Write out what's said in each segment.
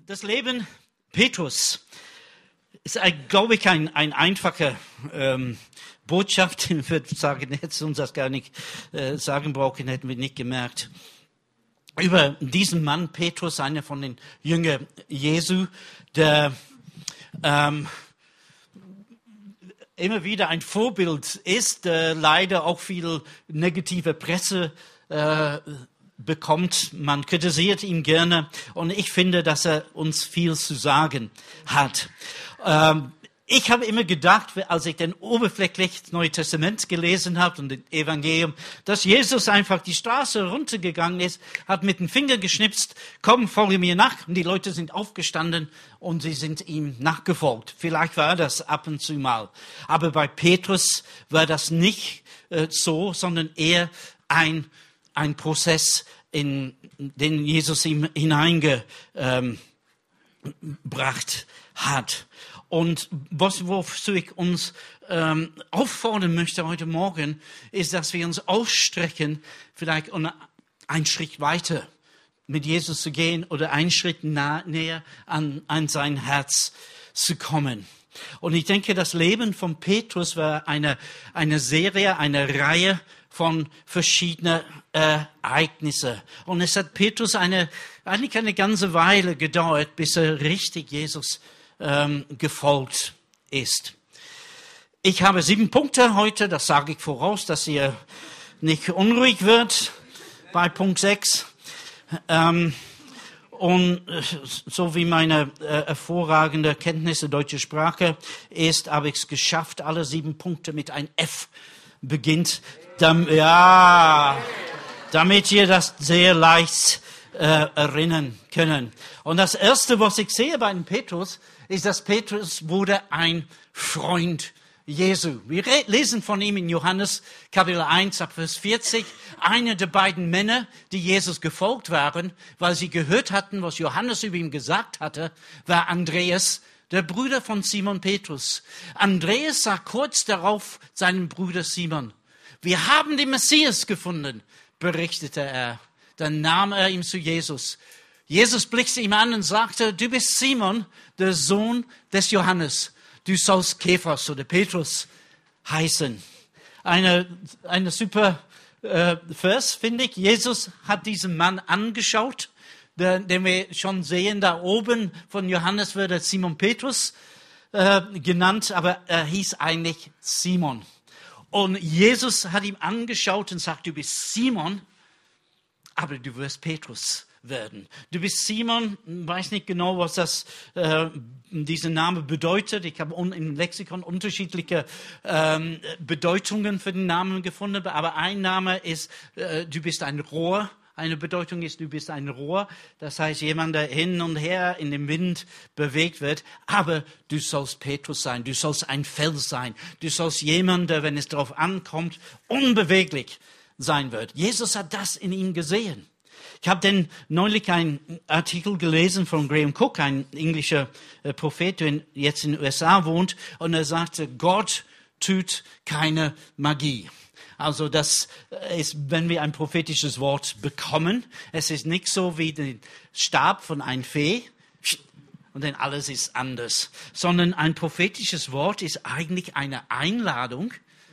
Das Leben Petrus ist, glaube ich, ein einfacher Botschaft. Ich würde sagen, hätte uns das gar nicht sagen brauchen, hätten wir nicht gemerkt. Über diesen Mann Petrus, einer von den Jüngern Jesu, der immer wieder ein Vorbild ist, leider auch viel negative Presse bekommt. Man kritisiert ihn gerne und ich finde, dass er uns viel zu sagen hat. Ich habe immer gedacht, als ich den oberflächlich das Neue Testament gelesen habe und das Evangelium, dass Jesus einfach die Straße runtergegangen ist, hat mit dem Finger geschnipst, komm, folge mir nach. Und die Leute sind aufgestanden und sie sind ihm nachgefolgt. Vielleicht war das ab und zu mal. Aber bei Petrus war das nicht so, sondern eher ein Prozess, in den Jesus ihm hineingebracht hat. Und wozu ich uns auffordern möchte heute Morgen, ist, dass wir uns ausstrecken, vielleicht einen Schritt weiter mit Jesus zu gehen oder einen Schritt näher an sein Herz zu kommen. Und ich denke, das Leben von Petrus war eine Serie, eine Reihe von verschiedenen Ereignissen. Und es hat Petrus eigentlich eine ganze Weile gedauert, bis er richtig Jesus gefolgt ist. Ich habe 7 Punkte heute, das sage ich voraus, dass ihr nicht unruhig wird bei Punkt 6. Und so wie meine hervorragende Kenntnisse deutscher Sprache ist, habe ich es geschafft, alle 7 Punkte mit einem F beginnt. Damit ihr das sehr leicht erinnern können. Und das Erste, was ich sehe bei dem Petrus, ist, dass Petrus wurde ein Freund Jesu. Wir lesen von ihm in Johannes Kapitel 1, ab Vers 40. Einer der beiden Männer, die Jesus gefolgt waren, weil sie gehört hatten, was Johannes über ihn gesagt hatte, war Andreas, der Bruder von Simon Petrus. Andreas sah kurz darauf seinen Bruder Simon: Wir haben den Messias gefunden, berichtete er. Dann nahm er ihn zu Jesus. Jesus blickte ihn an und sagte: Du bist Simon, der Sohn des Johannes. Du sollst Kephas oder Petrus heißen. Eine super Vers, finde ich. Jesus hat diesen Mann angeschaut, den wir schon sehen. Da oben von Johannes wird er Simon Petrus genannt, aber er hieß eigentlich Simon. Und Jesus hat ihn angeschaut und sagt: Du bist Simon, aber du wirst Petrus werden. Du bist Simon, weiß nicht genau, was dieser Name bedeutet. Ich habe im Lexikon unterschiedliche Bedeutungen für den Namen gefunden, aber ein Name ist, du bist ein Rohr. Eine Bedeutung ist, du bist ein Rohr. Das heißt, jemand, der hin und her in dem Wind bewegt wird. Aber du sollst Petrus sein. Du sollst ein Fels sein. Du sollst jemand, der, wenn es darauf ankommt, unbeweglich sein wird. Jesus hat das in ihm gesehen. Ich habe neulich einen Artikel gelesen von Graham Cook, ein englischer Prophet, der jetzt in den USA wohnt, und er sagte: Gott tut keine Magie. Also das ist, wenn wir ein prophetisches Wort bekommen, es ist nicht so wie der Stab von einer Fee und dann alles ist anders, sondern ein prophetisches Wort ist eigentlich eine Einladung,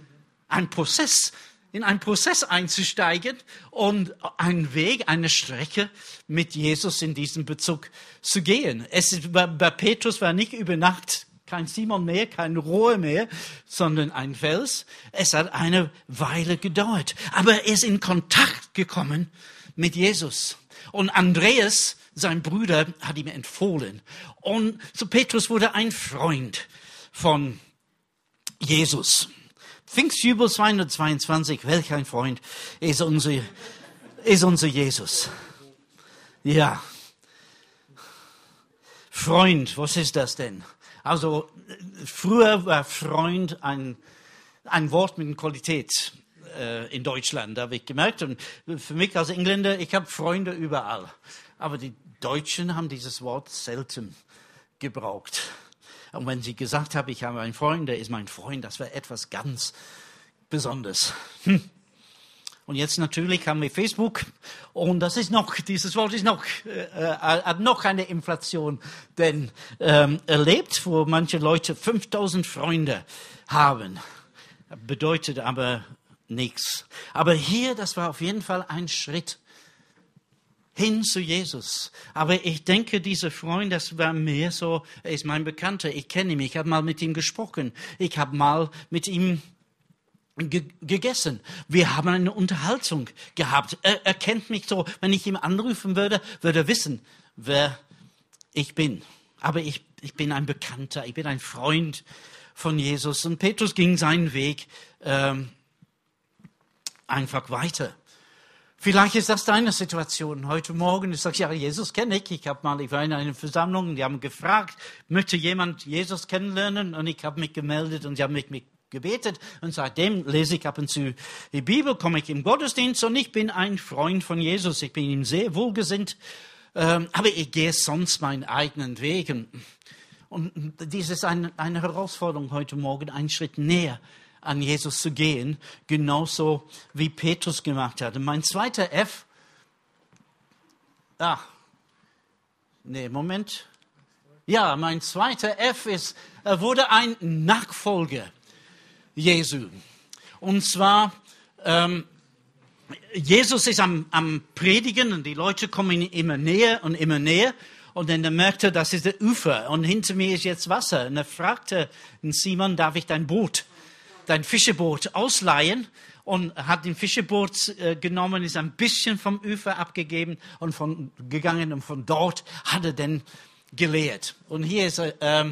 in einen Prozess einzusteigen und einen Weg, eine Strecke mit Jesus in diesem Bezug zu gehen. Bei Petrus war nicht über Nacht kein Simon mehr, kein Rohr mehr, sondern ein Fels. Es hat eine Weile gedauert. Aber er ist in Kontakt gekommen mit Jesus. Und Andreas, sein Bruder, hat ihm empfohlen. Und so Petrus wurde ein Freund von Jesus. Pfingstjubel 222, welch ein Freund ist unser Jesus. Ja. Freund, was ist das denn? Also, früher war Freund ein Wort mit Qualität in Deutschland, habe ich gemerkt. Und für mich als Engländer, ich habe Freunde überall. Aber die Deutschen haben dieses Wort selten gebraucht. Und wenn sie gesagt haben, ich habe einen Freund, der ist mein Freund, das war etwas ganz Besonderes. Und jetzt natürlich haben wir Facebook und dieses Wort ist hat noch eine Inflation denn erlebt, wo manche Leute 5000 Freunde haben. Bedeutet aber nichts. Aber hier, das war auf jeden Fall ein Schritt hin zu Jesus. Aber ich denke, dieser Freund, das war mehr so, er ist mein Bekannter, ich kenne ihn, ich habe mal mit ihm gesprochen, ich habe mal mit ihm gegessen. Wir haben eine Unterhaltung gehabt. Er kennt mich so, wenn ich ihn anrufen würde er wissen, wer ich bin. Aber ich bin ein Bekannter, ich bin ein Freund von Jesus. Und Petrus ging seinen Weg einfach weiter. Vielleicht ist das deine Situation heute Morgen. Du sagst, ja, Jesus kenne ich. Ich war in einer Versammlung, die haben gefragt, möchte jemand Jesus kennenlernen? Und ich habe mich gemeldet und sie haben mich gebetet. Und seitdem lese ich ab und zu die Bibel, komme ich im Gottesdienst und ich bin ein Freund von Jesus. Ich bin ihm sehr wohlgesinnt, aber ich gehe sonst meinen eigenen Wegen. Und dies ist eine Herausforderung heute Morgen, einen Schritt näher an Jesus zu gehen, genauso wie Petrus gemacht hat. Und mein zweiter F, mein zweiter F ist, er wurde ein Nachfolger Jesu. Und zwar, Jesus ist am Predigen und die Leute kommen immer näher und immer näher. Und dann merkt er, das ist der Ufer und hinter mir ist jetzt Wasser. Und er fragte Simon, darf ich dein Fischeboot ausleihen? Und hat den Fischeboot genommen, ist ein bisschen vom Ufer abgegeben und gegangen und von dort hat er dann gelehrt. Und hier ist er,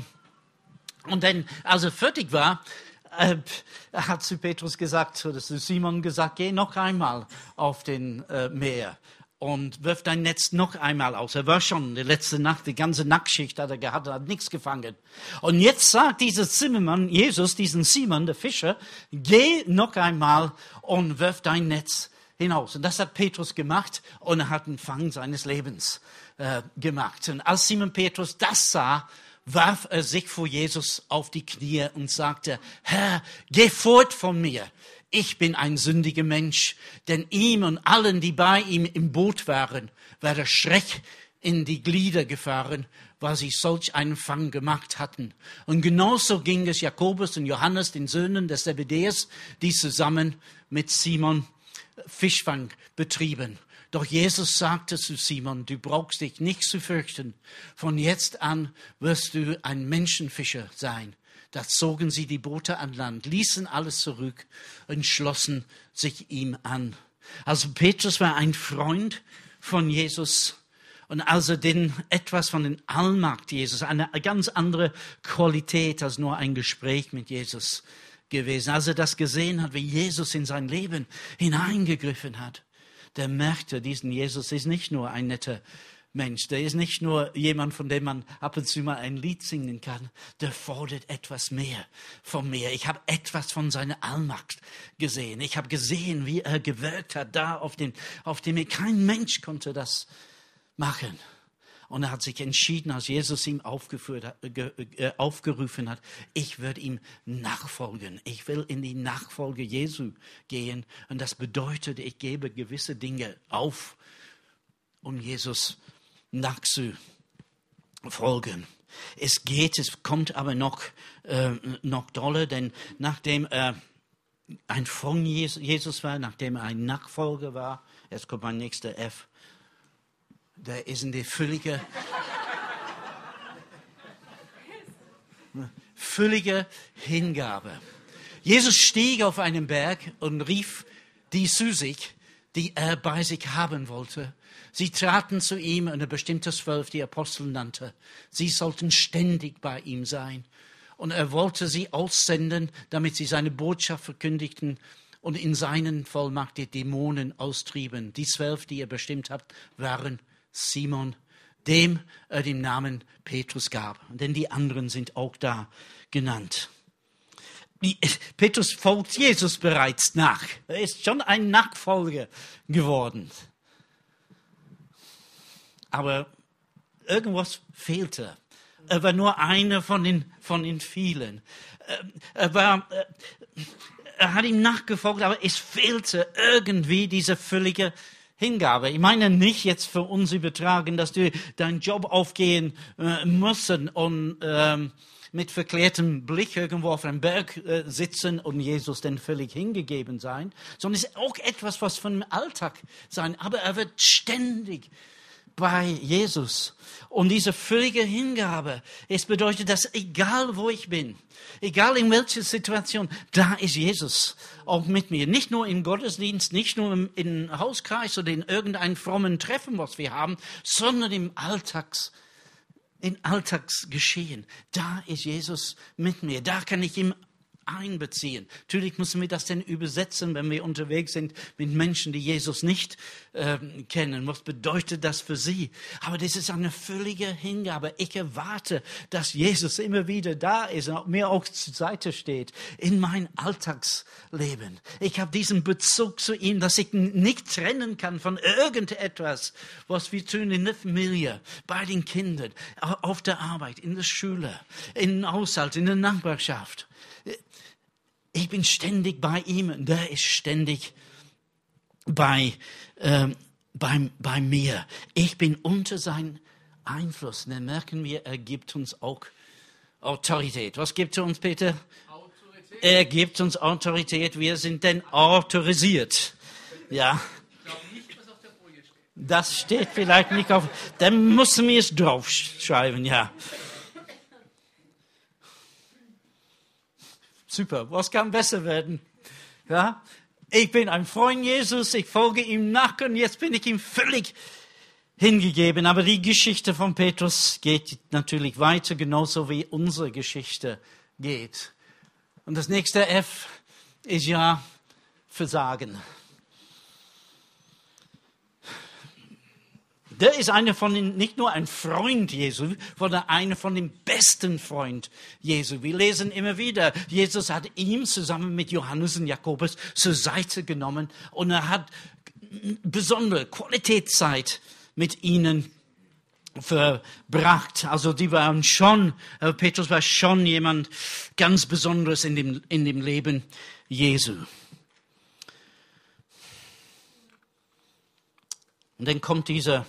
und dann, als er fertig war, er hat zu Petrus gesagt, oder zu Simon gesagt, geh noch einmal auf den Meer und wirf dein Netz noch einmal aus. Er war schon die letzte Nacht, die ganze Nachtschicht hat er gehabt, hat nichts gefangen. Und jetzt sagt dieser Zimmermann, Jesus, diesen Simon, der Fischer, geh noch einmal und wirf dein Netz hinaus. Und das hat Petrus gemacht und er hat den Fang seines Lebens gemacht. Und als Simon Petrus das sah, warf er sich vor Jesus auf die Knie und sagte, Herr, geh fort von mir. Ich bin ein sündiger Mensch, denn ihm und allen, die bei ihm im Boot waren, war der Schreck in die Glieder gefahren, weil sie solch einen Fang gemacht hatten. Und genauso ging es Jakobus und Johannes, den Söhnen des Zebedäus, die zusammen mit Simon Fischfang betrieben. Doch Jesus sagte zu Simon, du brauchst dich nicht zu fürchten. Von jetzt an wirst du ein Menschenfischer sein. Da zogen sie die Boote an Land, ließen alles zurück und schlossen sich ihm an. Also Petrus war ein Freund von Jesus. Und als er etwas von den Allmacht Jesus, eine ganz andere Qualität als nur ein Gespräch mit Jesus gewesen. Als er das gesehen hat, wie Jesus in sein Leben hineingegriffen hat, der merkte, diesen Jesus ist nicht nur ein netter Mensch, der ist nicht nur jemand, von dem man ab und zu mal ein Lied singen kann, der fordert etwas mehr von mir. Ich habe etwas von seiner Allmacht gesehen. Ich habe gesehen, wie er gewirkt hat, da auf dem kein Mensch konnte das machen. Und er hat sich entschieden, als Jesus ihm aufgerufen hat, ich werde ihm nachfolgen. Ich will in die Nachfolge Jesu gehen. Und das bedeutet, ich gebe gewisse Dinge auf, um Jesus nachzufolgen. Es kommt aber noch doller, denn nachdem er ein von Jesus war, nachdem er ein Nachfolger war, jetzt kommt mein nächster F, der ist in die völlige Hingabe. Jesus stieg auf einen Berg und rief die zu sich, die er bei sich haben wollte. Sie traten zu ihm und er bestimmte 12, die Apostel nannte. Sie sollten ständig bei ihm sein. Und er wollte sie aussenden, damit sie seine Botschaft verkündigten und in seinen Vollmacht die Dämonen austrieben. Die 12, die er bestimmt hat, waren Simon, dem er den Namen Petrus gab. Denn die anderen sind auch da genannt. Petrus folgt Jesus bereits nach. Er ist schon ein Nachfolger geworden. Aber irgendwas fehlte. Er war nur einer von den vielen. er hat ihm nachgefolgt, aber es fehlte irgendwie diese völlige Hingabe. Ich meine nicht jetzt für uns übertragen, dass du deinen Job aufgehen müssen und mit verklärtem Blick irgendwo auf einem Berg sitzen und Jesus denn völlig hingegeben sein, sondern es ist auch etwas, was von dem Alltag sein. Aber er wird ständig bei Jesus. Und diese völlige Hingabe, es bedeutet, dass egal wo ich bin, egal in welcher Situation, da ist Jesus auch mit mir. Nicht nur im Gottesdienst, nicht nur im Hauskreis oder in irgendeinem frommen Treffen, was wir haben, sondern im Alltagsgeschehen. Da ist Jesus mit mir. Da kann ich ihm einbeziehen. Natürlich müssen wir das denn übersetzen, wenn wir unterwegs sind mit Menschen, die Jesus nicht kennen. Was bedeutet das für sie? Aber das ist eine völlige Hingabe. Ich erwarte, dass Jesus immer wieder da ist und mir auch zur Seite steht in mein Alltagsleben. Ich habe diesen Bezug zu ihm, dass ich nicht trennen kann von irgendetwas, was wir tun in der Familie, bei den Kindern, auf der Arbeit, in der Schule, im Haushalt, in der Nachbarschaft. Ich bin ständig bei ihm und der ist ständig bei mir. Ich bin unter seinem Einfluss. Und dann merken wir, er gibt uns auch Autorität. Was gibt er uns, Peter? Autorität. Er gibt uns Autorität. Wir sind denn autorisiert. Ja. Ich glaube nicht, was auf der Folie steht. Das steht vielleicht nicht auf. Dann müssen wir es draufschreiben, ja. Super, was kann besser werden? Ja? Ich bin ein Freund Jesus, ich folge ihm nach und jetzt bin ich ihm völlig hingegeben. Aber die Geschichte von Petrus geht natürlich weiter, genauso wie unsere Geschichte geht. Und das nächste F ist ja Versagen. Der ist einer von den, nicht nur ein Freund Jesu, sondern einer von den besten Freunden Jesu. Wir lesen immer wieder, Jesus hat ihn zusammen mit Johannes und Jakobus zur Seite genommen und er hat besondere Qualitätszeit mit ihnen verbracht. Also die waren schon, Petrus war schon jemand ganz Besonderes in dem Leben Jesu. Und dann kommt diese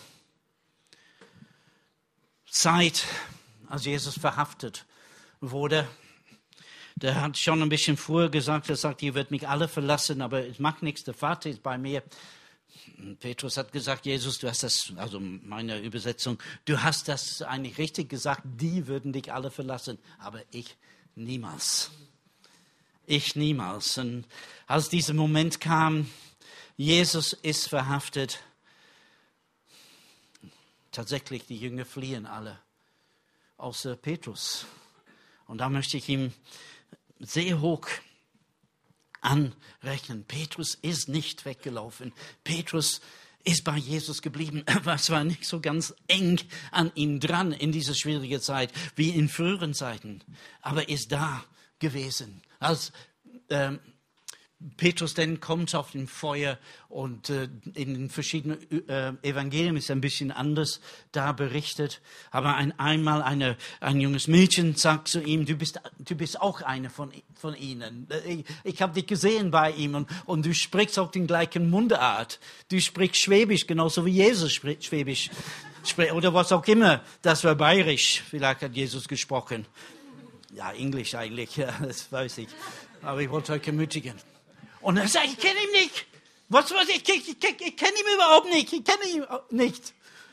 Zeit, als Jesus verhaftet wurde. Der hat schon ein bisschen früher gesagt, er sagt, ihr werdet mich alle verlassen, aber es macht nichts, der Vater ist bei mir. Und Petrus hat gesagt, Jesus, du hast das, also meine Übersetzung, du hast das eigentlich richtig gesagt, die würden dich alle verlassen, aber ich niemals. Ich niemals. Und als dieser Moment kam, Jesus ist verhaftet, tatsächlich, die Jünger fliehen alle, außer Petrus. Und da möchte ich ihm sehr hoch anrechnen. Petrus ist nicht weggelaufen. Petrus ist bei Jesus geblieben. Aber es war nicht so ganz eng an ihm dran in dieser schwierigen Zeit wie in früheren Zeiten. Aber ist da gewesen. Als Petrus dann kommt auf dem Feuer und in den verschiedenen Evangelien ist ein bisschen anders da berichtet. Aber einmal ein junges Mädchen sagt zu ihm, du bist auch eine von ihnen. Ich habe dich gesehen bei ihm und du sprichst auch den gleichen Mundart. Du sprichst Schwäbisch, genauso wie Jesus spricht Schwäbisch. Oder was auch immer, das war bayerisch. Vielleicht hat Jesus gesprochen. Ja, Englisch eigentlich, ja, das weiß ich. Aber ich wollte euch ermutigen. Und er sagt, ich kenne ihn nicht. Ich kenne ihn überhaupt nicht. Ich kenne ihn nicht.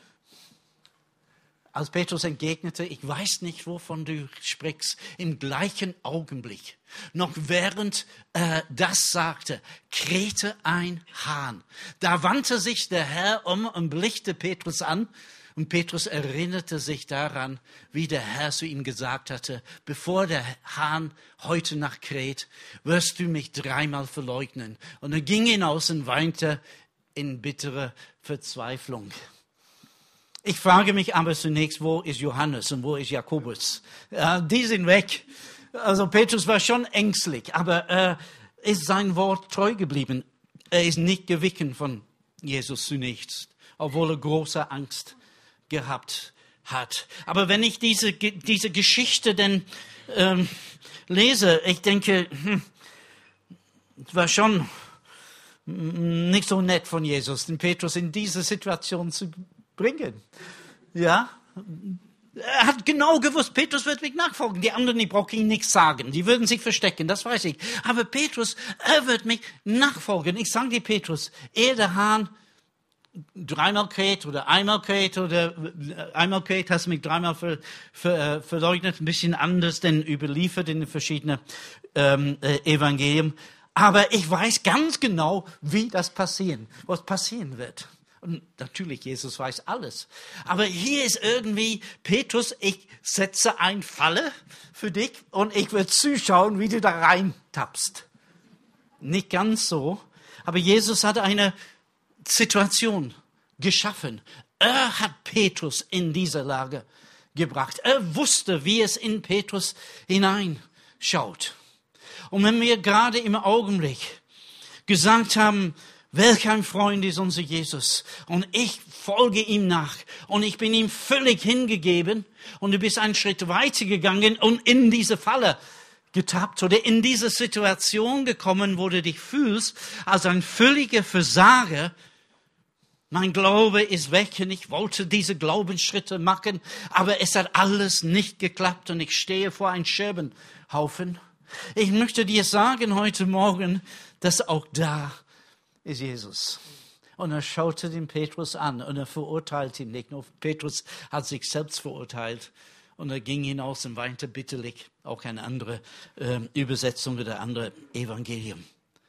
Als Petrus entgegnete, ich weiß nicht, wovon du sprichst, im gleichen Augenblick, noch während er das sagte, krähte ein Hahn. Da wandte sich der Herr um und blickte Petrus an. Und Petrus erinnerte sich daran, wie der Herr zu ihm gesagt hatte, bevor der Hahn heute Nacht kräht, wirst du mich 3-mal verleugnen. Und er ging hinaus und weinte in bitterer Verzweiflung. Ich frage mich aber zunächst, wo ist Johannes und wo ist Jakobus? Die sind weg. Also Petrus war schon ängstlich, aber er ist sein Wort treu geblieben. Er ist nicht gewichen von Jesus zunächst, obwohl er große Angst gehabt hat. Aber wenn ich diese Geschichte denn lese, ich denke, Es war schon nicht so nett von Jesus, den Petrus in diese Situation zu bringen. Ja, er hat genau gewusst, Petrus wird mich nachfolgen. Die anderen, die brauchen ihm nichts sagen. Die würden sich verstecken, das weiß ich. Aber Petrus, er wird mich nachfolgen. Ich sage dir, Petrus, ehe der Hahn dreimal kräht oder einmal kräht hast du mich dreimal verleugnet. Ein bisschen anders denn überliefert in den verschiedenen Evangelien. Aber ich weiß ganz genau, was passieren wird. Und natürlich, Jesus weiß alles. Aber hier ist irgendwie, Petrus, ich setze eine Falle für dich und ich will zuschauen, wie du da reintappst. Nicht ganz so. Aber Jesus hat eine Situation geschaffen. Er hat Petrus in diese Lage gebracht. Er wusste, wie es in Petrus hineinschaut. Und wenn wir gerade im Augenblick gesagt haben, welch ein Freund ist unser Jesus und ich folge ihm nach und ich bin ihm völlig hingegeben und du bist einen Schritt weiter gegangen und in diese Falle getappt oder in diese Situation gekommen, wo du dich fühlst als ein völliger Versager. Mein Glaube ist weg und ich wollte diese Glaubensschritte machen, aber es hat alles nicht geklappt und ich stehe vor einem Scherbenhaufen. Ich möchte dir sagen heute Morgen, dass auch da ist Jesus. Und er schaute den Petrus an und er verurteilte ihn nicht. Nur Petrus hat sich selbst verurteilt und er ging hinaus und weinte bitterlich. Auch eine andere Übersetzung oder andere Evangelium.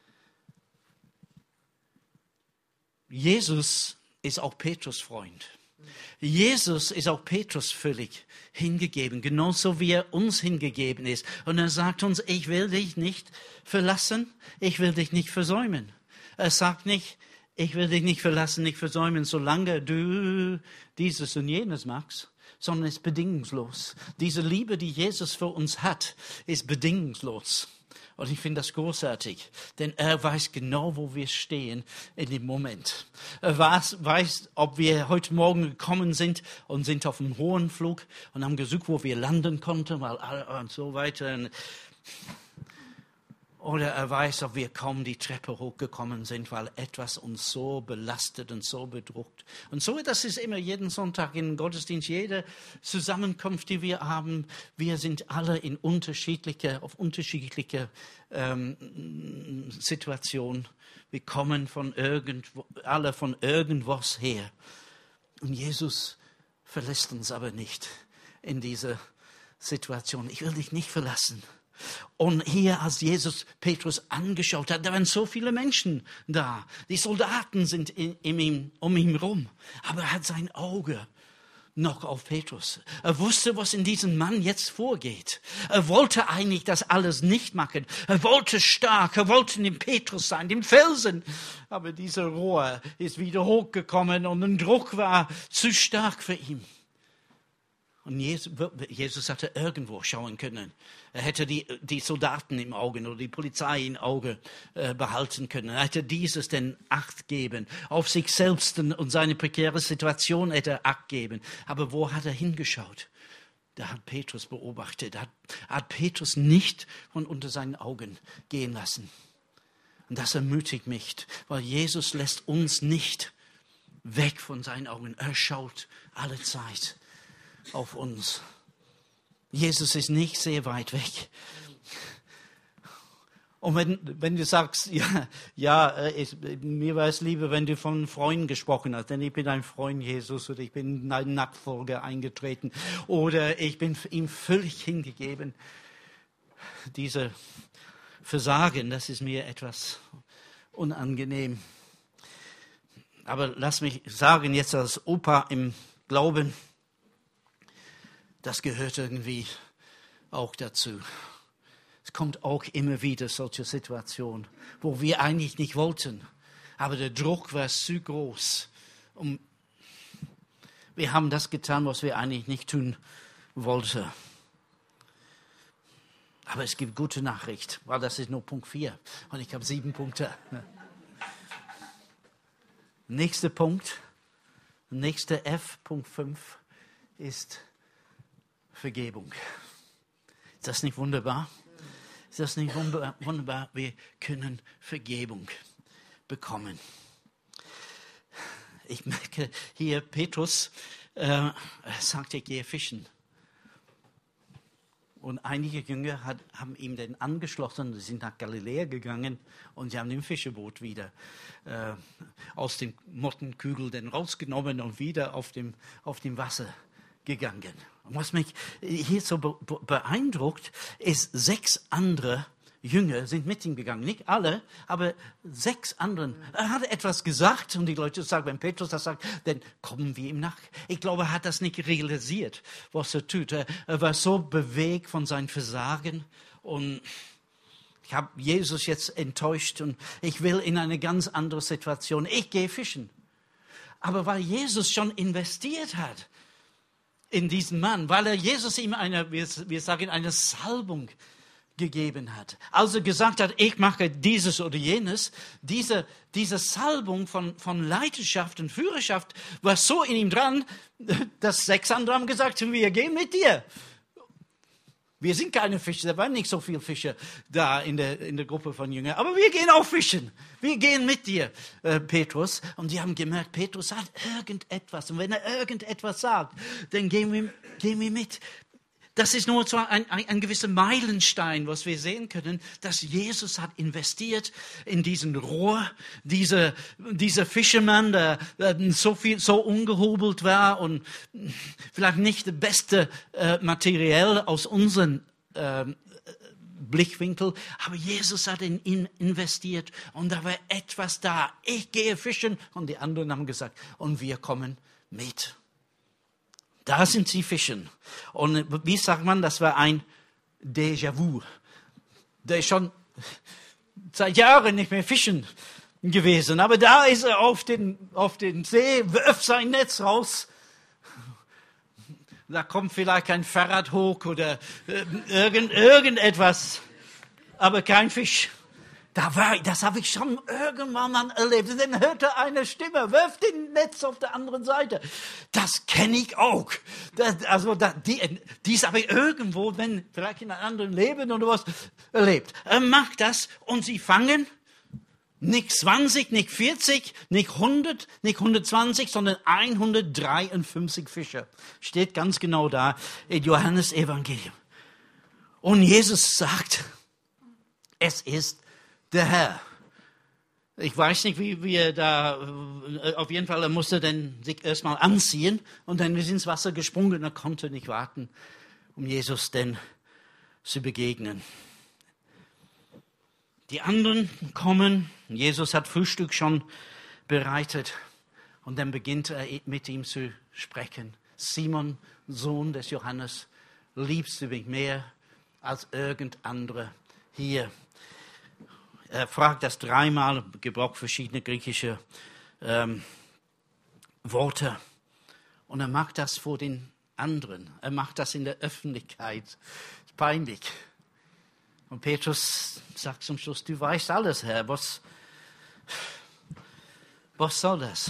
Jesus ist auch Petrus Freund. Jesus ist auch Petrus völlig hingegeben, genauso wie er uns hingegeben ist. Und er sagt uns, ich will dich nicht verlassen, ich will dich nicht versäumen. Er sagt nicht, ich will dich nicht verlassen, nicht versäumen, solange du dieses und jenes magst, sondern es ist bedingungslos. Diese Liebe, die Jesus für uns hat, ist bedingungslos. Und ich finde das großartig, denn er weiß genau, wo wir stehen in dem Moment. Er weiß, ob wir heute Morgen gekommen sind und sind auf einem hohen Flug und haben gesucht, wo wir landen konnten und so weiter. Oder er weiß, ob wir kaum die Treppe hochgekommen sind, weil etwas uns so belastet und so bedrückt. Und so, das ist immer jeden Sonntag im Gottesdienst, jede Zusammenkunft, die wir haben. Wir sind alle auf unterschiedliche Situationen. Wir kommen alle von irgendwas her. Und Jesus verlässt uns aber nicht in dieser Situation. Ich will dich nicht verlassen. Und hier, als Jesus Petrus angeschaut hat, da waren so viele Menschen da. Die Soldaten sind um ihn herum. Aber er hat sein Auge noch auf Petrus. Er wusste, was in diesem Mann jetzt vorgeht. Er wollte eigentlich das alles nicht machen. Er wollte stark, er wollte dem Petrus sein, dem Felsen. Aber dieser Rohr ist wieder hochgekommen und der Druck war zu stark für ihn. Und Jesus hätte irgendwo schauen können. Er hätte die Soldaten im Auge oder die Polizei im Auge behalten können. Er hätte dieses denn Acht geben. Auf sich selbst und seine prekäre Situation hätte er Acht geben. Aber wo hat er hingeschaut? Da hat Petrus beobachtet. Er hat Petrus nicht von unter seinen Augen gehen lassen. Und das ermutigt mich, weil Jesus lässt uns nicht weg von seinen Augen. Er schaut alle Zeit auf uns. Jesus ist nicht sehr weit weg. Und wenn du sagst, mir wäre es lieber, wenn du von Freunden gesprochen hast, denn ich bin ein Freund Jesus oder ich bin in eine Nachfolge eingetreten oder ich bin ihm völlig hingegeben. Diese Versagen, das ist mir etwas unangenehm. Aber lass mich sagen, jetzt als Opa im Glauben, das gehört irgendwie auch dazu. Es kommt auch immer wieder solche Situationen, wo wir eigentlich nicht wollten, aber der Druck war zu groß. Und wir haben das getan, was wir eigentlich nicht tun wollten. Aber es gibt gute Nachricht, weil das ist nur Punkt 4 und ich habe 7 Punkte. Nächster Punkt, nächster F, Punkt 5, ist Vergebung. Ist das nicht wunderbar? Ist das nicht wunderbar? Wir können Vergebung bekommen. Ich merke hier, Petrus sagt, ich gehe fischen. Und einige Jünger haben ihm dann angeschlossen, sie sind nach Galiläa gegangen und sie haben den Fischeboot wieder aus dem Mottenkügel dann rausgenommen und wieder auf dem Wasser gegangen. Und was mich hier so beeindruckt, ist, 6 andere Jünger sind mit ihm gegangen. Nicht alle, aber 6 anderen. Er hat etwas gesagt und die Leute sagen, wenn Petrus das sagt, dann kommen wir ihm nach. Ich glaube, er hat das nicht realisiert, was er tut. Er war so bewegt von seinem Versagen und ich habe Jesus jetzt enttäuscht und ich will in eine ganz andere Situation. Ich gehe fischen. Aber weil Jesus schon investiert hat in diesen Mann, weil er Jesus ihm wir sagen, eine Salbung gegeben hat. Also gesagt hat, ich mache dieses oder jenes. Diese Salbung von Leiterschaft und Führerschaft war so in ihm dran, dass 6 andere haben gesagt, wir gehen mit dir. Wir sind keine Fischer, da waren nicht so viele Fischer da in der Gruppe von Jüngern, aber wir gehen auch fischen. Wir gehen mit dir, Petrus. Und die haben gemerkt, Petrus sagt irgendetwas. Und wenn er irgendetwas sagt, dann gehen wir mit. Das ist nur so ein gewisser Meilenstein, was wir sehen können, dass Jesus hat investiert in diesen Rohr, dieser Fischermann, der so ungehobelt war und vielleicht nicht das beste materiell aus unserem Blickwinkel, aber Jesus hat in ihn investiert und da war etwas da. Ich gehe fischen und die anderen haben gesagt, und wir kommen mit. Da sind sie fischen. Und wie sagt man, das war ein Déjà-vu. Der ist schon seit Jahren nicht mehr fischen gewesen. Aber da ist er auf den See, wirft sein Netz raus. Da kommt vielleicht ein Fahrrad hoch oder irgendetwas. Aber kein Fisch. Das habe ich schon irgendwann mal erlebt. Und dann hörte eine Stimme, wirf den Netz auf der anderen Seite. Das kenne ich auch. Dies habe ich irgendwo, vielleicht in einem anderen Leben oder was, erlebt. Er macht das und sie fangen nicht 20, nicht 40, nicht 100, nicht 120, sondern 153 Fische. Steht ganz genau da in Johannes Evangelium. Und Jesus sagt, es ist der Herr. Ich weiß nicht, wie er da, auf jeden Fall, er musste dann sich erstmal anziehen und dann ist ins Wasser gesprungen und er konnte nicht warten, um Jesus denn zu begegnen. Die anderen kommen, Jesus hat Frühstück schon bereitet und dann beginnt er mit ihm zu sprechen. Simon, Sohn des Johannes, liebst du mich mehr als irgend andere hier? Er fragt das 3-mal, gebraucht verschiedene griechische Worte. Und er macht das vor den anderen. Er macht das in der Öffentlichkeit. Ist peinlich. Und Petrus sagt zum Schluss, du weißt alles, Herr. Was soll das?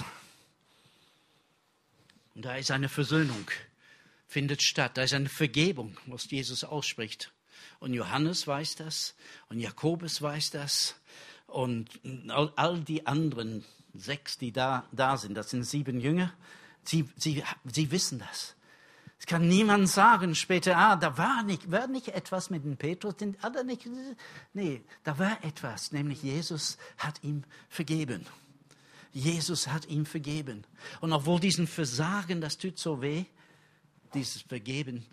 Und da ist eine Versöhnung, findet statt. Da ist eine Vergebung, was Jesus ausspricht. Und Johannes weiß das und Jakobus weiß das und all die anderen 6, die da sind, das sind 7 Jünger, sie wissen das. Es kann niemand sagen später, da war nicht etwas mit dem Petrus, nee, da war etwas, nämlich Jesus hat ihm vergeben. Jesus hat ihm vergeben. Und obwohl diesen Versagen, das tut so weh, dieses Vergeben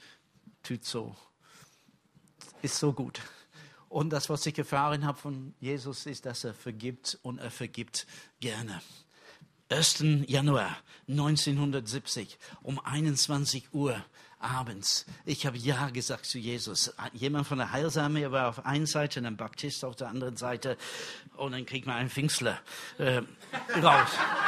ist so gut. Und das, was ich erfahren habe von Jesus, ist, dass er vergibt und er vergibt gerne. 1. Januar 1970 um 21 Uhr abends. Ich habe Ja gesagt zu Jesus. Jemand von der Heilsarmee war auf einer Seite und ein Baptist auf der anderen Seite. Und dann kriegt man einen Pfingstler raus.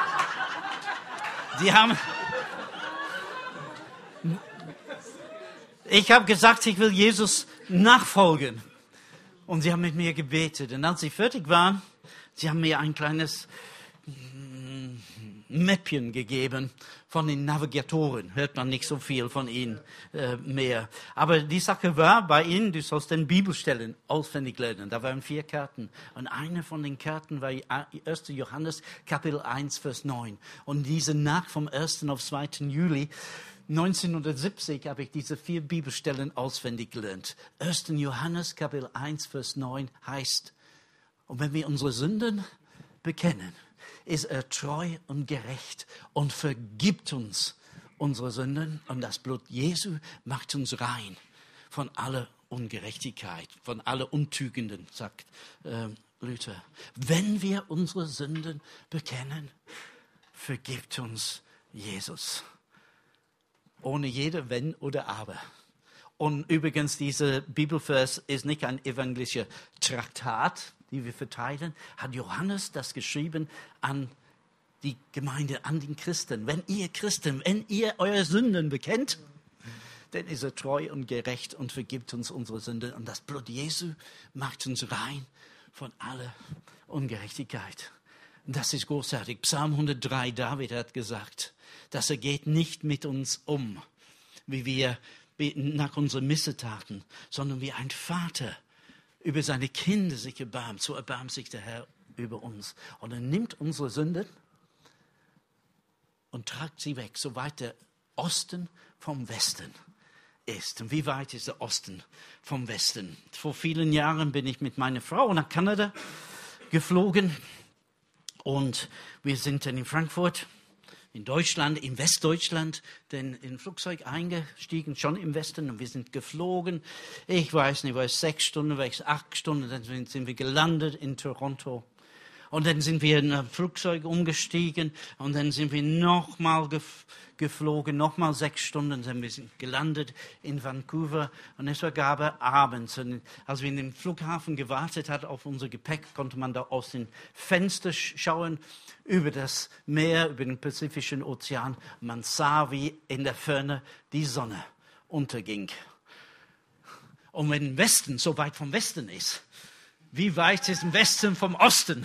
Ich habe gesagt, ich will Jesus nachfolgen. Und sie haben mit mir gebetet. Und als sie fertig waren, sie haben mir ein kleines Mäppchen gegeben von den Navigatoren. Hört man nicht so viel von ihnen mehr. Aber die Sache war bei ihnen, du sollst den Bibelstellen auswendig lernen. Da waren 4 Karten. Und eine von den Karten war 1. Johannes, Kapitel 1, Vers 9. Und diese Nacht vom 1. auf 2. Juli 1970 habe ich diese 4 Bibelstellen auswendig gelernt. 1. Johannes, Kapitel 1, Vers 9 heißt, und wenn wir unsere Sünden bekennen, ist er treu und gerecht und vergibt uns unsere Sünden. Und das Blut Jesu macht uns rein von aller Ungerechtigkeit, von aller Untugenden, sagt Luther. Wenn wir unsere Sünden bekennen, vergibt uns Jesus. Ohne jede Wenn oder Aber. Und übrigens, dieser Bibelvers ist nicht ein evangelischer Traktat, die wir verteilen, hat Johannes das geschrieben an die Gemeinde, an den Christen. Wenn ihr Christen, wenn ihr eure Sünden bekennt, dann ist er treu und gerecht und vergibt uns unsere Sünden. Und das Blut Jesu macht uns rein von aller Ungerechtigkeit. Und das ist großartig. Psalm 103, David hat gesagt, dass er geht nicht mit uns um, wie wir nach unseren Missetaten, sondern wie ein Vater über seine Kinder sich erbarmt, so erbarmt sich der Herr über uns. Und er nimmt unsere Sünden und tragt sie weg, so weit der Osten vom Westen ist. Und wie weit ist der Osten vom Westen? Vor vielen Jahren bin ich mit meiner Frau nach Kanada geflogen und wir sind dann in Frankfurt, in Deutschland, in Westdeutschland, denn in ein Flugzeug eingestiegen, schon im Westen, und wir sind geflogen. Ich weiß nicht, war es 6 Stunden, war es 8 Stunden, dann sind wir gelandet in Toronto. Und dann sind wir in ein Flugzeug umgestiegen und dann sind wir nochmal geflogen, nochmal 6 Stunden, dann sind wir gelandet in Vancouver und es war gerade abends. Und als wir in dem Flughafen gewartet hat auf unser Gepäck, konnte man da aus dem Fenster schauen über das Meer, über den Pazifischen Ozean. Man sah, wie in der Ferne die Sonne unterging. Und wenn der Westen so weit vom Westen ist, wie weit ist im Westen vom Osten?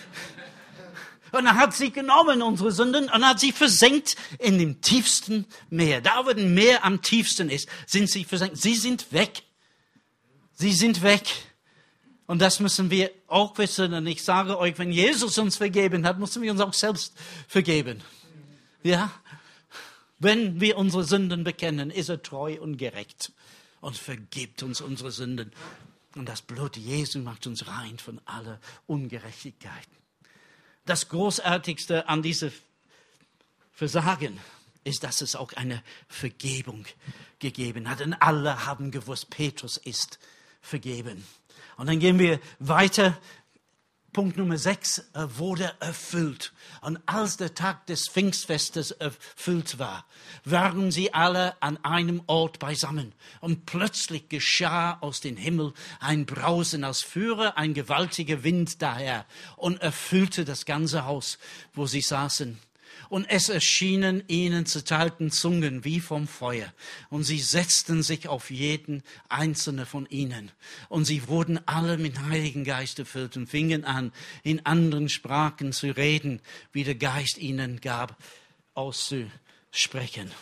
Und er hat sie genommen, unsere Sünden, und hat sie versenkt in dem tiefsten Meer. Da, wo das Meer am tiefsten ist, sind sie versenkt. Sie sind weg. Sie sind weg. Und das müssen wir auch wissen. Und ich sage euch, wenn Jesus uns vergeben hat, müssen wir uns auch selbst vergeben. Ja? Wenn wir unsere Sünden bekennen, ist er treu und gerecht und vergibt uns unsere Sünden. Und das Blut Jesu macht uns rein von aller Ungerechtigkeit. Das Großartigste an diesem Versagen ist, dass es auch eine Vergebung gegeben hat. Und alle haben gewusst, Petrus ist vergeben. Und dann gehen wir weiter. Punkt Nummer 6, er wurde erfüllt. Und als der Tag des Pfingstfestes erfüllt war, waren sie alle an einem Ort beisammen. Und plötzlich geschah aus dem Himmel ein Brausen, als führe ein gewaltiger Wind daher und erfüllte das ganze Haus, wo sie saßen. Und es erschienen ihnen zerteilten Zungen wie vom Feuer. Und sie setzten sich auf jeden einzelnen von ihnen. Und sie wurden alle mit Heiligen Geist erfüllt und fingen an, in anderen Sprachen zu reden, wie der Geist ihnen gab, auszusprechen.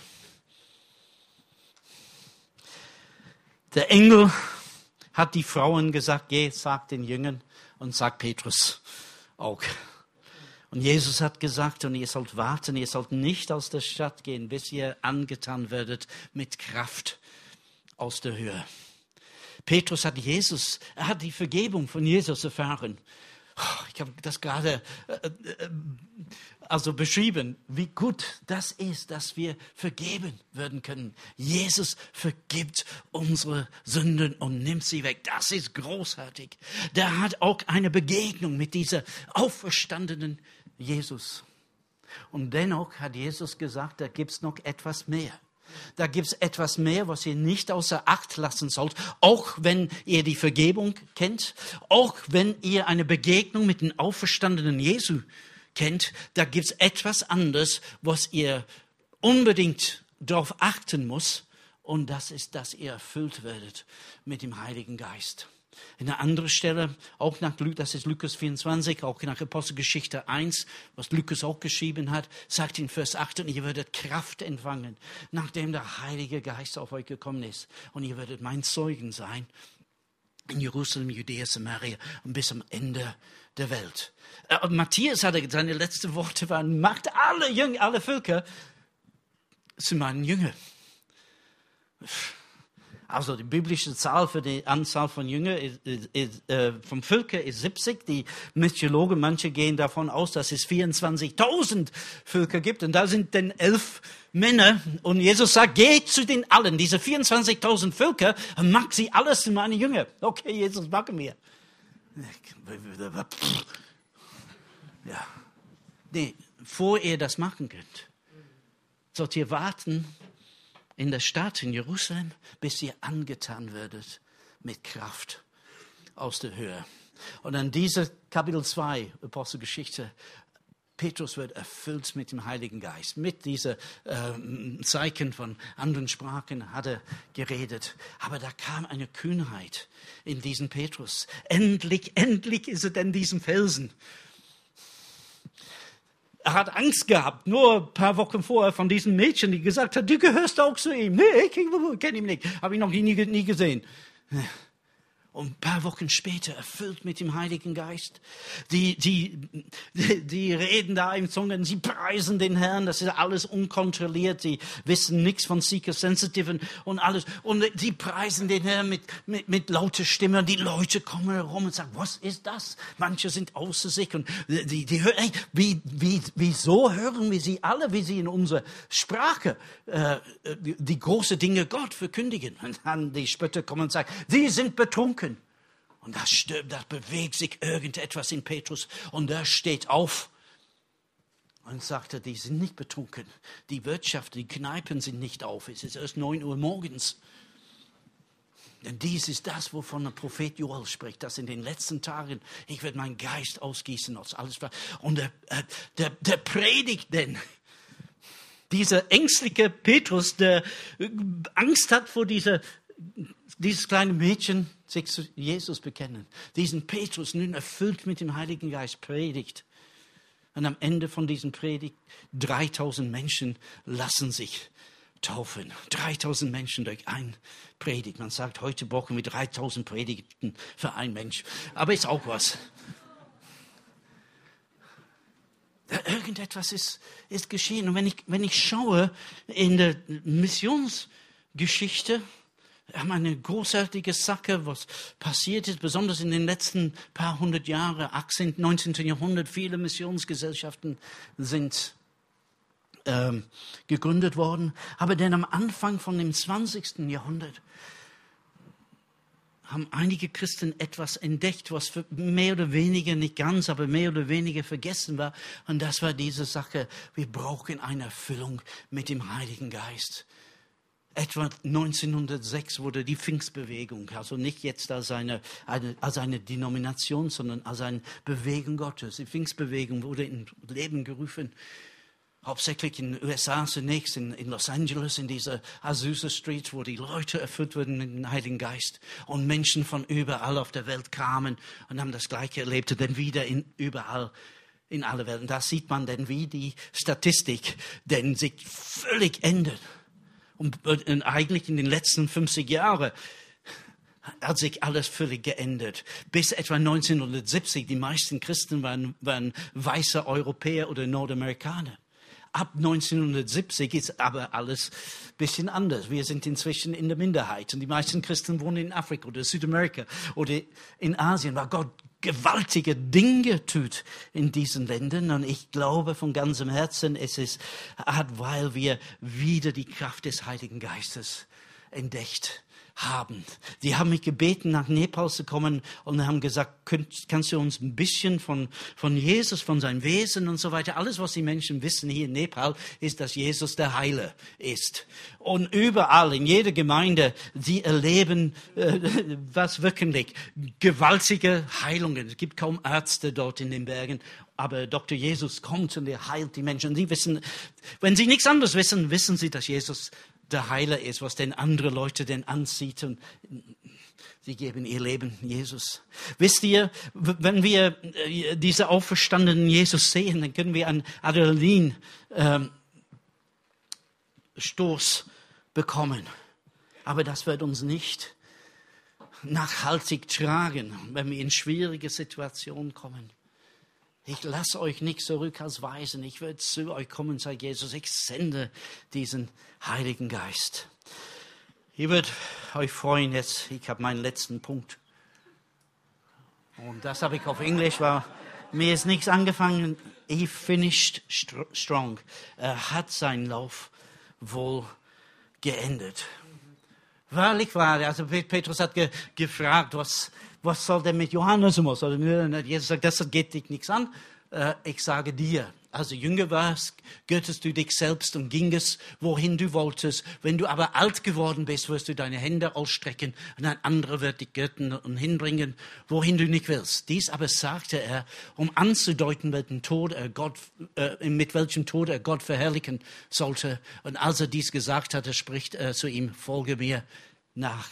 Der Engel hat die Frauen gesagt, geh, sag den Jüngern und sag Petrus auch. Und Jesus hat gesagt, und ihr sollt warten, ihr sollt nicht aus der Stadt gehen, bis ihr angetan werdet mit Kraft aus der Höhe. Petrus hat die Vergebung von Jesus erfahren. Ich habe das gerade beschrieben, wie gut das ist, dass wir vergeben werden können. Jesus vergibt unsere Sünden und nimmt sie weg. Das ist großartig. Der hat auch eine Begegnung mit dieser auferstandenen Jesus. Und dennoch hat Jesus gesagt, da gibt es noch etwas mehr. Da gibt es etwas mehr, was ihr nicht außer Acht lassen sollt, auch wenn ihr die Vergebung kennt, auch wenn ihr eine Begegnung mit dem auferstandenen Jesu kennt. Da gibt es etwas anderes, was ihr unbedingt darauf achten muss, und das ist, dass ihr erfüllt werdet mit dem Heiligen Geist. In einer anderen Stelle, auch das ist Lukas 24, auch nach Apostelgeschichte 1, was Lukas auch geschrieben hat, sagt in Vers 8, und ihr werdet Kraft empfangen, nachdem der Heilige Geist auf euch gekommen ist. Und ihr werdet mein Zeugen sein in Jerusalem, Judäa, Samaria und bis am Ende der Welt. Matthäus hatte seine letzten Worte waren, macht alle Völker zu meinen Jüngern. Also die biblische Zahl für die Anzahl von Jüngern vom Völker ist 70. Die Mythologen, manche gehen davon aus, dass es 24.000 Völker gibt. Und da sind dann 11 Männer. Und Jesus sagt, geht zu den allen, diese 24.000 Völker, und macht sie alles zu meinen Jüngern. Okay, Jesus, machen wir. Ja. Nee, bevor ihr das machen könnt, sollt ihr warten in der Stadt, in Jerusalem, bis ihr angetan werdet mit Kraft aus der Höhe. Und an dieser Kapitel 2, Apostelgeschichte, Petrus wird erfüllt mit dem Heiligen Geist. Mit diesen Zeichen von anderen Sprachen hat er geredet. Aber da kam eine Kühnheit in diesen Petrus. Endlich ist er denn diesen Felsen. Er hat Angst gehabt, nur ein paar Wochen vorher von diesem Mädchen, die gesagt hat, du gehörst auch zu ihm. Nee, ich kenne ihn nicht, habe ihn noch nie gesehen. Und ein paar Wochen später, erfüllt mit dem Heiligen Geist, die reden da in Zungen, sie preisen den Herrn, das ist alles unkontrolliert, sie wissen nichts von Seeker Sensitive und alles. Und die preisen den Herrn mit lauter Stimme und die Leute kommen herum und sagen, was ist das? Manche sind außer sich und die hören, wieso hören wir sie alle, wie sie in unserer Sprache die großen Dinge Gott verkündigen? Und dann die Spötter kommen und sagen, sie sind betrunken. Und da bewegt sich irgendetwas in Petrus und der steht auf und sagte, die sind nicht betrunken. Die Wirtschaft, die Kneipen sind nicht auf. Es ist erst 9 Uhr morgens. Denn dies ist das, wovon der Prophet Joel spricht, dass in den letzten Tagen ich werde meinen Geist ausgießen aus alles. Und der predigt denn. Dieser ängstliche Petrus, der Angst hat vor dieses kleine Mädchen, sich zu Jesus bekennen. Diesen Petrus, nun erfüllt mit dem Heiligen Geist, predigt. Und am Ende von diesem Predigt, 3000 Menschen lassen sich taufen. 3000 Menschen durch ein Predigt. Man sagt, heute brauchen wir 3000 Predigten für einen Mensch. Aber ist auch was. Irgendetwas ist geschehen. Und wenn ich schaue in der Missionsgeschichte, wir haben eine großartige Sache, was passiert ist, besonders in den letzten paar hundert Jahren, 18., 19. Jahrhundert, viele Missionsgesellschaften sind gegründet worden. Aber dann am Anfang von dem 20. Jahrhundert haben einige Christen etwas entdeckt, was mehr oder weniger, nicht ganz, aber mehr oder weniger vergessen war. Und das war diese Sache, wir brauchen eine Erfüllung mit dem Heiligen Geist. Etwa 1906 wurde die Pfingstbewegung, also nicht jetzt als eine Denomination, sondern als eine Bewegung Gottes. Die Pfingstbewegung wurde in Leben gerufen, hauptsächlich in den USA zunächst, in Los Angeles, in dieser Azusa Street, wo die Leute erfüllt wurden mit dem Heiligen Geist und Menschen von überall auf der Welt kamen und haben das Gleiche erlebt und dann wieder überall in aller Welt. Und da sieht man dann, wie die Statistik denn sich völlig ändert. Und eigentlich in den letzten 50 Jahren hat sich alles völlig geändert. Bis etwa 1970, die meisten Christen waren weiße Europäer oder Nordamerikaner. Ab 1970 ist aber alles ein bisschen anders. Wir sind inzwischen in der Minderheit. Und die meisten Christen wohnen in Afrika oder Südamerika oder in Asien, weil Gott gewaltige Dinge tut in diesen Ländern. Und ich glaube von ganzem Herzen, es ist, weil wir wieder die Kraft des Heiligen Geistes entdeckt haben. Die haben mich gebeten, nach Nepal zu kommen und haben gesagt, kannst du uns ein bisschen von Jesus, von seinem Wesen und so weiter, alles, was die Menschen wissen hier in Nepal, ist, dass Jesus der Heiler ist. Und überall, in jeder Gemeinde, sie erleben was wirklich gewaltige Heilungen. Es gibt kaum Ärzte dort in den Bergen, aber Dr. Jesus kommt und er heilt die Menschen. Und sie wissen, wenn sie nichts anderes wissen, wissen sie, dass Jesus der Heiler ist, was denn andere Leute denn anzieht. Und Sie geben ihr Leben Jesus. Wisst ihr, wenn wir diese auferstandenen Jesus sehen, dann können wir einen Adrenalinstoß bekommen. Aber das wird uns nicht nachhaltig tragen, wenn wir in schwierige Situationen kommen. Ich lasse euch nicht zurück als Waisen. Ich werde zu euch kommen, sagt Jesus. Ich sende diesen Heiligen Geist. Ich würde euch freuen jetzt. Ich habe meinen letzten Punkt. Und das habe ich auf Englisch, weil mir ist nichts angefangen. He finished strong. Er hat seinen Lauf wohl geendet. Wahrlich wahr. Also Petrus hat gefragt, was soll denn mit Johannesmus? Oder Jesus sagt, das geht dich nichts an. Ich sage dir, als du jünger warst, göttest du dich selbst und gingest, wohin du wolltest. Wenn du aber alt geworden bist, wirst du deine Hände ausstrecken und ein anderer wird dich götten und hinbringen, wohin du nicht willst. Dies aber sagte er, um anzudeuten, mit welchem Tod er Gott verherrlichen sollte. Und als er dies gesagt hatte, spricht er zu ihm, folge mir nach.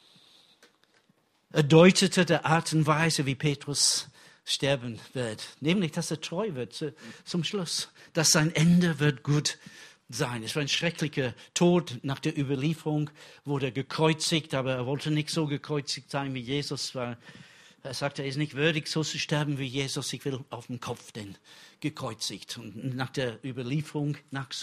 Er deutete der Art und Weise, wie Petrus sterben wird. Nämlich, dass er treu wird zum Schluss. Dass sein Ende wird gut sein. Es war ein schrecklicher Tod. Nach der Überlieferung wurde er gekreuzigt, aber er wollte nicht so gekreuzigt sein wie Jesus, weil er sagte, er ist nicht würdig, so zu sterben wie Jesus. Ich will auf dem Kopf denn gekreuzigt. Und nach der Überlieferung,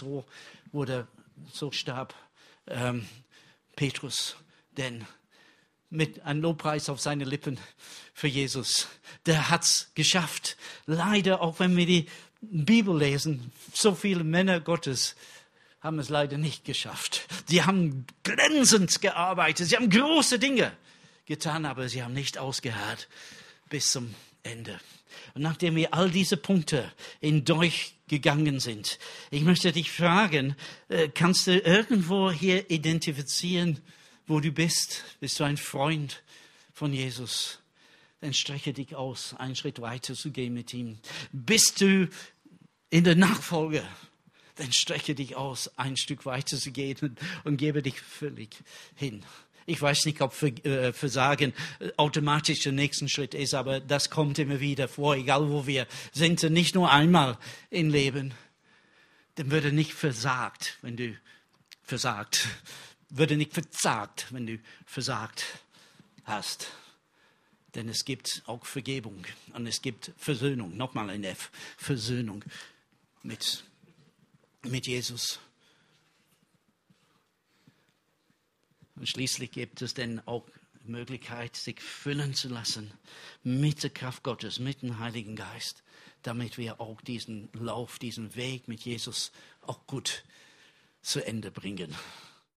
so starb Petrus, denn mit einem Lobpreis auf seine Lippen für Jesus. Der hat's geschafft. Leider, auch wenn wir die Bibel lesen, so viele Männer Gottes haben es leider nicht geschafft. Sie haben glänzend gearbeitet. Sie haben große Dinge getan, aber sie haben nicht ausgeharrt bis zum Ende. Und nachdem wir all diese Punkte durchgegangen sind, ich möchte dich fragen, kannst du irgendwo hier identifizieren, wo du bist? Bist du ein Freund von Jesus? Dann strecke dich aus, einen Schritt weiter zu gehen mit ihm. Bist du in der Nachfolge? Dann strecke dich aus, ein Stück weiter zu gehen und gebe dich völlig hin. Ich weiß nicht, ob Versagen automatisch der nächste Schritt ist, aber das kommt immer wieder vor, egal wo wir sind. Nicht nur einmal im Leben. Dann würde nicht versagt, wenn du versagt. Würde nicht verzagt, wenn du versagt hast. Denn es gibt auch Vergebung und es gibt Versöhnung. Nochmal ein F. Versöhnung mit Jesus. Und schließlich gibt es dann auch die Möglichkeit, sich füllen zu lassen mit der Kraft Gottes, mit dem Heiligen Geist, damit wir auch diesen Lauf, diesen Weg mit Jesus auch gut zu Ende bringen.